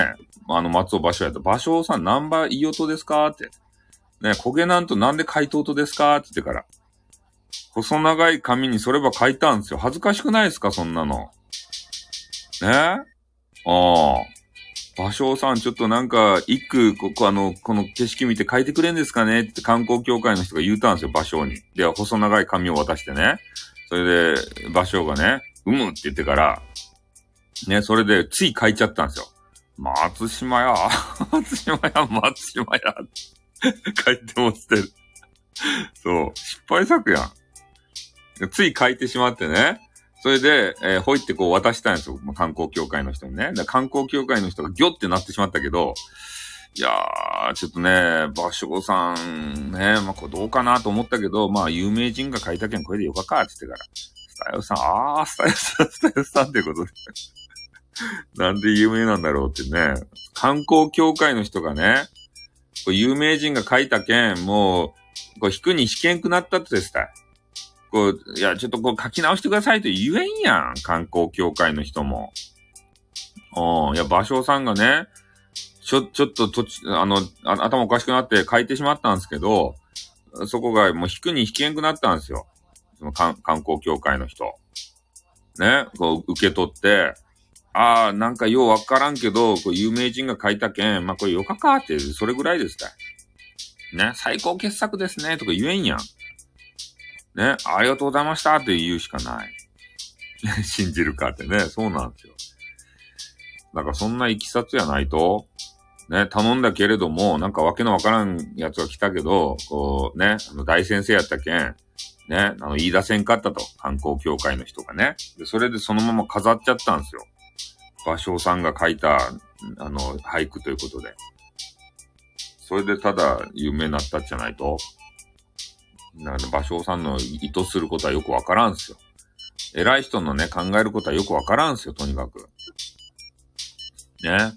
松尾芭蕉やった。芭蕉さん、ナンバいい音ですかって。ね、焦げなんとなんで回答音ですかって言ってから。細長い紙にそれば書いたんですよ。恥ずかしくないですかそんなの。ねああ。芭蕉さん、ちょっとなんか、一句、この景色見て書いてくれんですかねって観光協会の人が言うたんですよ、芭蕉に。で、細長い紙を渡してね。それで、芭蕉がね、って言ってから、ね、それで、つい書いちゃったんですよ。松島や、松島や、松島や、書いてもってる。そう、失敗作やん。つい書いてしまってね。それで、ほいってこう渡したんですよ。観光協会の人にね。観光協会の人がギョってなってしまったけど、いやー、ちょっとね、芭蕉さん、ね、これどうかなと思ったけど、有名人が書いたけんこれでよかかって言ってから、スタイルさん、スタイルさんってことで。なんで有名なんだろうってね。観光協会の人がね、有名人が書いたけん、もう、引くに引けんくなったってですた。ちょっと書き直してくださいと言えんやん。観光協会の人も。いや、芭蕉さんがね、ちょっと頭おかしくなって書いてしまったんですけど、そこがもう引くに引けんくなったんですよ。その観光協会の人。ね、受け取って、なんかようわからんけど、有名人が書いたけん、これよかかって、それぐらいですか。ね、最高傑作ですね、とか言えんやん。ね、ありがとうございましたって言うしかない。信じるかってね、そうなんですよ。なんかそんな行きさつやないと、ね、頼んだけれども、なんかわけのわからんやつが来たけど、大先生やったけん、ね、言い出せんかったと、観光協会の人がね。で、それでそのまま飾っちゃったんですよ。芭蕉さんが書いた、俳句ということで。それでただ有名になったんじゃないと。なんで芭蕉さんの意図することはよくわからんすよ。偉い人のね、考えることはよくわからんすよ、とにかく。ね。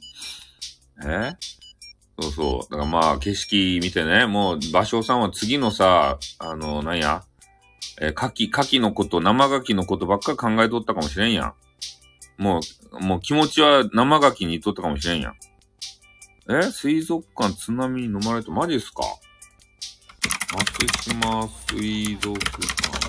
そうそう。だから景色見てね、もう芭蕉さんは次のさ、牡蠣のこと、生牡蠣のことばっかり考えとったかもしれんやん。もう気持ちは生牡蠣にいっとったかもしれんやん。水族館津波に飲まれた、マジっすか？松島水族館。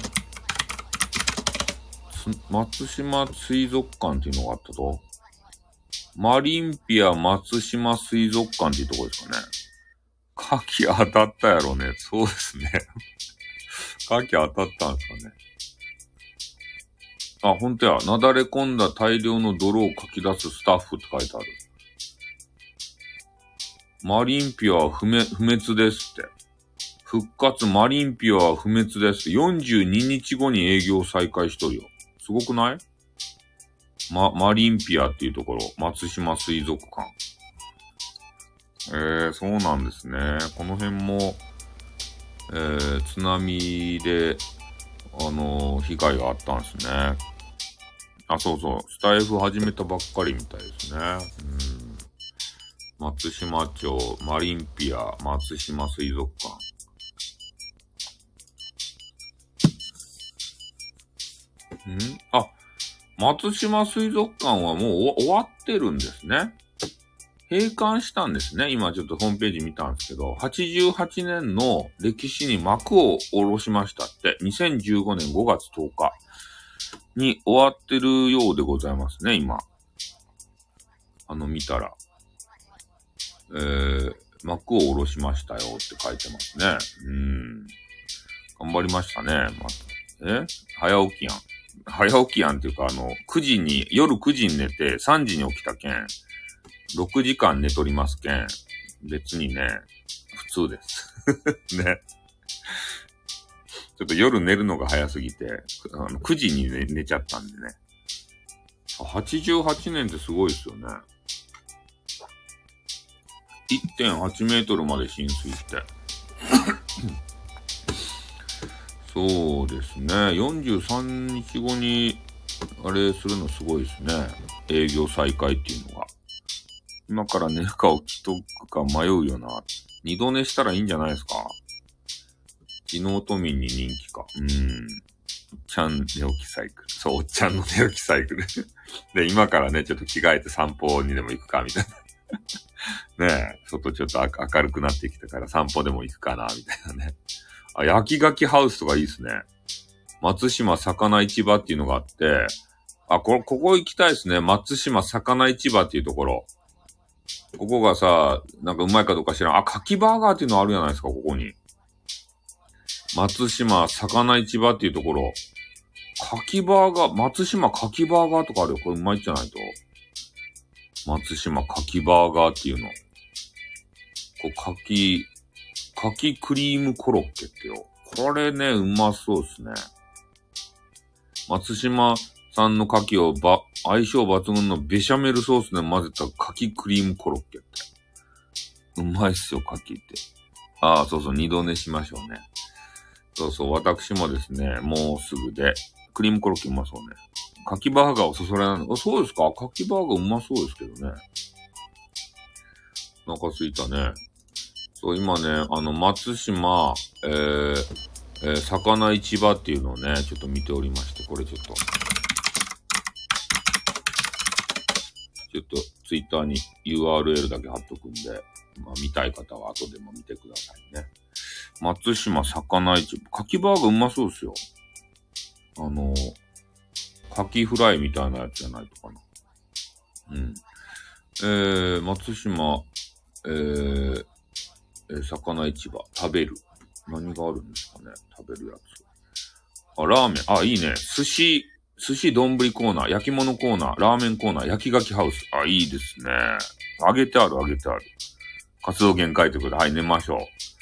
松島水族館っていうのがあったと？マリンピア松島水族館っていうところですかね。牡蠣当たったやろね。そうですね。牡蠣当たったんですかね。ほんとや。なだれ込んだ大量の泥をかき出すスタッフって書いてある。マリンピアは不滅ですって。復活マリンピアは不滅です。42日後に営業再開しとるよ。すごくない？マリンピアっていうところ、松島水族館。そうなんですね。この辺も、津波で、被害があったんですね。そうそう。スタイフ始めたばっかりみたいですね。松島町、マリンピア、松島水族館。松島水族館はもう終わってるんですね。閉館したんですね。今ちょっとホームページ見たんですけど、88年の歴史に幕を下ろしましたって、2015年5月10日に終わってるようでございますね、今。見たら。幕を下ろしましたよって書いてますね。頑張りましたね。早起きやん。早起きやんっていうか、夜9時に寝て3時に起きたけん、6時間寝とりますけん、別にね、普通です。ね。ちょっと夜寝るのが早すぎて、9時に寝ちゃったんでね。88年ってすごいですよね。1.8 メートルまで浸水して。そうですね。43日後に、あれするのすごいですね。営業再開っていうのが。今から寝るか起きとくか迷うよな。二度寝したらいいんじゃないですか。地能都民に人気か。おっちゃん寝起きサイクル。そう、おっちゃんの寝起きサイクル。で、今からね、ちょっと着替えて散歩にでも行くか、みたいな。 ねえ、外ちょっと明るくなってきたから散歩でも行くかな、みたいなね。あ、焼き牡蠣ハウスとかいいですね。松島魚市場っていうのがあって、あ、ここ行きたいですね。松島魚市場っていうところ。ここがさ、なんかうまいかどうか知らん。あ、牡蠣バーガーっていうのあるじゃないですか、ここに。松島魚市場っていうところ。牡蠣バーガー、松島牡蠣バーガーとかあるよ。これうまいじゃないと。松島牡蠣バーガーっていうの。こう牡蠣クリームコロッケってよ。これね、うまそうですね。松島産の牡蠣を相性抜群のベシャメルソースで混ぜた牡蠣クリームコロッケって。うまいっすよ、牡蠣って。ああ、そうそう、二度寝しましょうね。そうそう、私もですね、もうすぐで、クリームコロッケうまそうね。牡蠣バーガーをそそらないの。あ、そうですか？牡蠣バーガーうまそうですけどね。お腹すいたね。そう、今ね、松島、魚市場っていうのをね、ちょっと見ておりまして、これちょっとツイッターに URL だけ貼っとくんで、まあ見たい方は後でも見てくださいね。松島魚市場。牡蠣バーガーうまそうですよ。牡蠣フライみたいなやつじゃないとかな。うん。松島、魚市場。食べる。何があるんですかね？食べるやつ。あ、ラーメン。あ、いいね。寿司丼コーナー、焼き物コーナー、ラーメンコーナー、焼き牡蠣ハウス。あ、いいですね。揚げてある。活動限界ということで、はい、寝ましょう。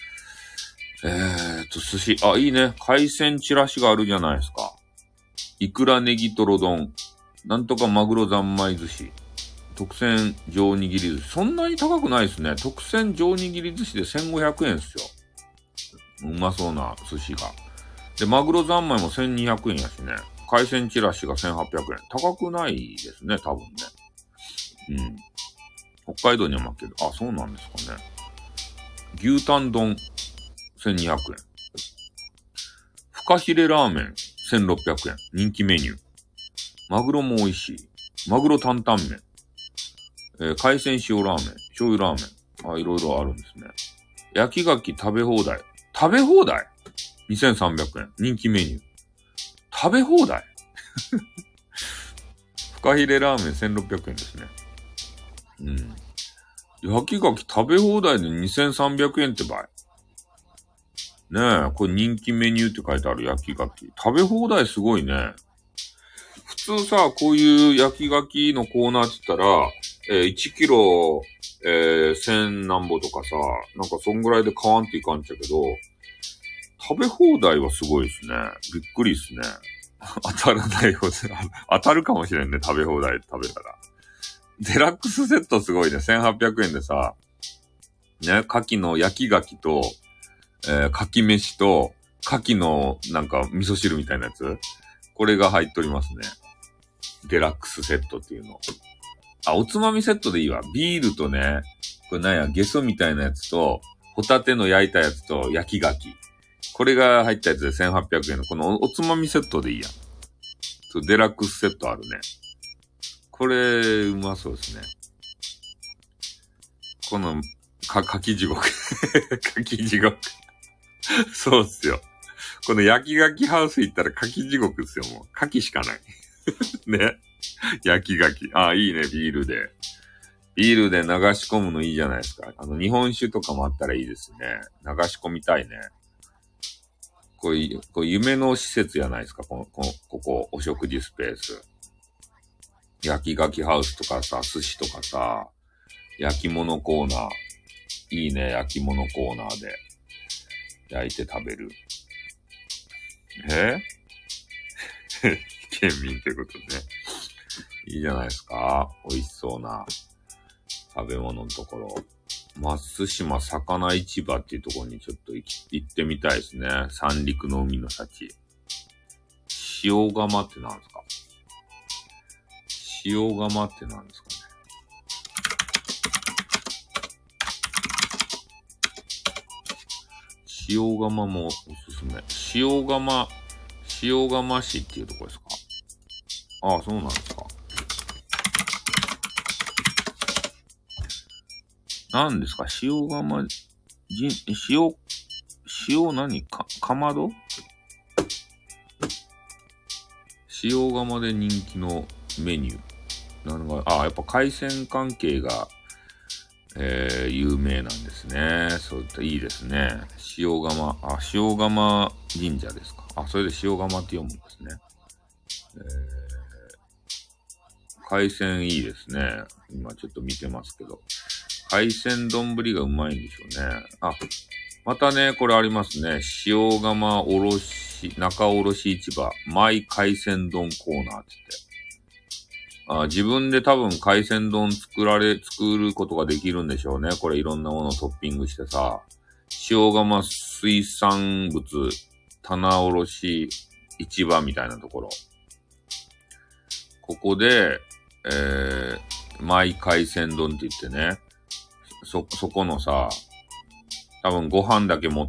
寿司。あ、いいね。海鮮チラシがあるじゃないですか。イクラネギトロ丼。なんとかマグロ三昧寿司。特選上握り寿司。そんなに高くないですね。特選上握り寿司で1500円ですよ。うまそうな寿司が。で、マグロ三昧も1200円やしね。海鮮チラシが1800円。高くないですね、多分ね。うん。北海道には負ける。あ、そうなんですかね。牛タン丼1200円。フカヒレラーメン1600円。人気メニュー。マグロも美味しい。マグロ担々麺。海鮮塩ラーメン。醤油ラーメン。あ、いろいろあるんですね。焼き牡蠣食べ放題。食べ放題 ?2300 円。人気メニュー。食べ放題フカヒレラーメン1600円ですね。うん。焼き牡蠣食べ放題で2300円って場合。ねえ、これ人気メニューって書いてある焼き牡蠣。食べ放題すごいね。普通さ、こういう焼き牡蠣のコーナーって言ったら、1キロ、1000何ぼとかさ、なんかそんぐらいで買わんといかんっちゃけど、食べ放題はすごいですね。びっくりですね。当たらないほど、当たるかもしれんね、食べ放題食べたら。デラックスセットすごいね。1800円でさ、ね、牡蠣の焼き牡蠣と、牡蠣飯と、牡蠣のなんか味噌汁みたいなやつ。これが入っておりますね。デラックスセットっていうの。あ、おつまみセットでいいわ。ビールとね、これなんや、ゲソみたいなやつと、ホタテの焼いたやつと焼き牡蠣。これが入ったやつで1800円の、このおつまみセットでいいやん。デラックスセットあるね。これ、うまそうですね。この、牡蠣地獄。牡蠣地獄。そうっすよ。この焼き牡蠣ハウス行ったら牡蠣地獄っすよ、もう。牡蠣しかない。ね。焼き牡蠣。あ、いいね、ビールで。ビールで流し込むのいいじゃないですか。日本酒とかもあったらいいですね。流し込みたいね。こう夢の施設じゃないですか。ここ、お食事スペース。焼き牡蠣ハウスとかさ、寿司とかさ、焼き物コーナー。いいね、焼き物コーナーで。焼いて食べる。県民ってことね。いいじゃないですか。美味しそうな食べ物のところ。松島魚市場っていうところにちょっと行ってみたいですね。三陸の海の幸。塩釜って何ですか？塩釜って何ですかね。塩釜もおすすめ。塩釜市っていうところですか？ああ、そうなんですか。 何ですか塩釜、塩何かまど塩釜で人気のメニュー。やっぱ海鮮関係が、有名なんですね。そういったいいですね。塩釜神社ですか。それで塩釜って読むんですね。海鮮いいですね。今ちょっと見てますけど。海鮮丼がうまいんでしょうね。またね、これありますね。塩釜仲卸市場、マイ海鮮丼コーナーって言って。自分で多分海鮮丼作ることができるんでしょうね。これいろんなものをトッピングしてさ。塩釜水産物棚卸市場みたいなところ。ここで、マイ海鮮丼って言ってね。そこのさ、多分ご飯だけ持って、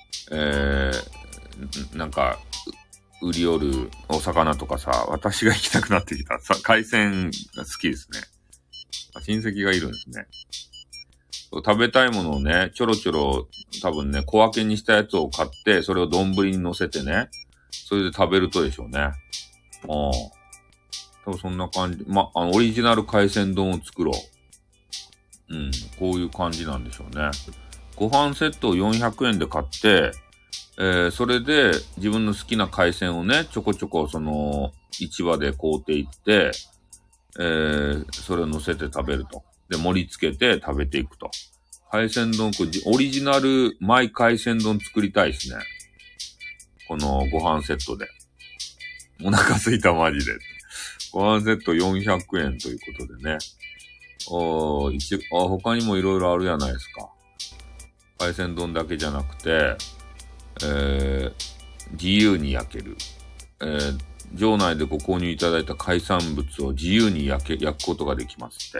なんか、売り寄るお魚とかさ、私が行きたくなってきた。海鮮が好きですね。親戚がいるんですね。食べたいものをね、ちょろちょろ、多分ね、小分けにしたやつを買って、それを丼に乗せてね、それで食べるとでしょうね。多分そんな感じ。オリジナル海鮮丼を作ろう。こういう感じなんでしょうね。ご飯セットを400円で買って、それで自分の好きな海鮮をね、ちょこちょこ市場で買うていって、それを乗せて食べると。で、盛り付けて食べていくと。海鮮丼、オリジナルマイ海鮮丼作りたいですね。このご飯セットで。お腹すいたマジで。ご飯セット400円ということでね。他にもいろいろあるじゃないですか。海鮮丼だけじゃなくて、自由に焼ける。場内でご購入いただいた海産物を自由に焼くことができますって。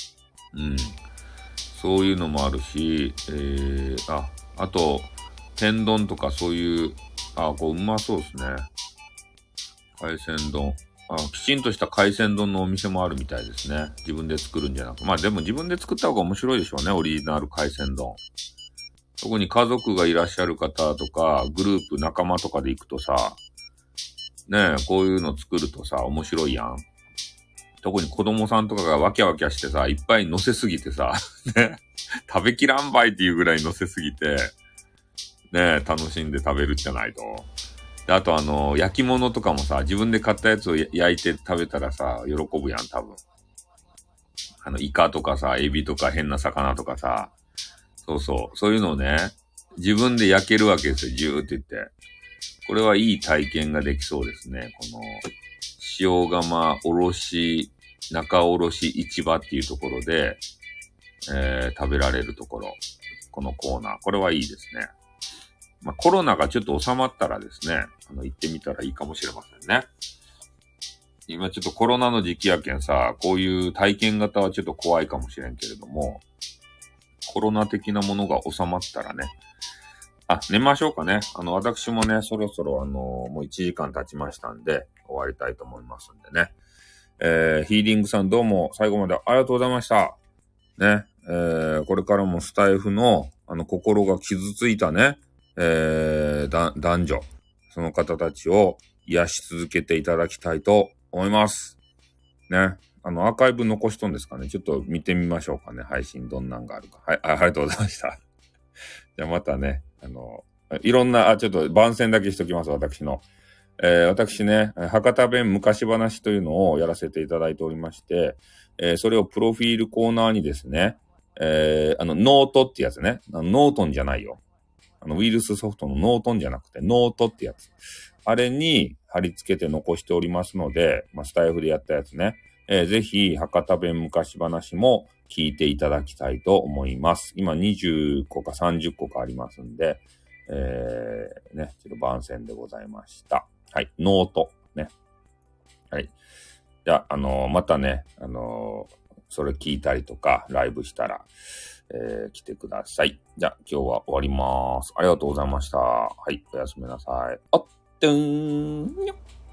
そういうのもあるし、あと、天丼とかそういう、こううまそうですね。海鮮丼。きちんとした海鮮丼のお店もあるみたいですね。自分で作るんじゃなく。でも自分で作った方が面白いでしょうね。オリジナル海鮮丼。特に家族がいらっしゃる方とか、グループ仲間とかで行くとさ、ねえ、こういうの作るとさ、面白いやん。特に子供さんとかがワキャワキャしてさ、いっぱい乗せすぎてさ、ね、食べきらんばいっていうぐらい乗せすぎて、ねえ、楽しんで食べるじゃないと。で、あと焼き物とかもさ、自分で買ったやつを焼いて食べたらさ、喜ぶやん、多分。イカとかさ、エビとか変な魚とかさ、そういうのをね、自分で焼けるわけですよ、ジューって言って。これはいい体験ができそうですね。この、塩釜仲卸市場っていうところで、食べられるところ。このコーナー。これはいいですね。コロナがちょっと収まったらですね、行ってみたらいいかもしれませんね。今ちょっとコロナの時期やけんさ、こういう体験型はちょっと怖いかもしれんけれども、コロナ的なものが収まったらね、寝ましょうかね。私もね、そろそろもう1時間経ちましたんで、終わりたいと思いますんでね。ヒーリングさんどうも最後までありがとうございました。ね。これからもスタイフの、心が傷ついたね、男女、その方たちを癒し続けていただきたいと思います。ね。アーカイブ残しとんですかね。ちょっと見てみましょうかね。配信どんなんがあるか。はい、ありがとうございました。じゃあまたね、いろんな、ちょっと番宣だけしときます、私の。私ね、博多弁昔話というのをやらせていただいておりまして、それをプロフィールコーナーにですね、ノートってやつね。ノートンじゃないよ。ウイルスソフトのノートンじゃなくて、ノートってやつ。あれに貼り付けて残しておりますので、スタイフでやったやつね。ぜひ、博多弁昔話も聞いていただきたいと思います。今20個か30個かありますんで、ね、ちょっと番宣でございました。はい、ノート。ね。はい。じゃあ、またね、それ聞いたりとか、ライブしたら、来てください。じゃあ、今日は終わります。ありがとうございました。はい、おやすみなさい。あっ、てーん。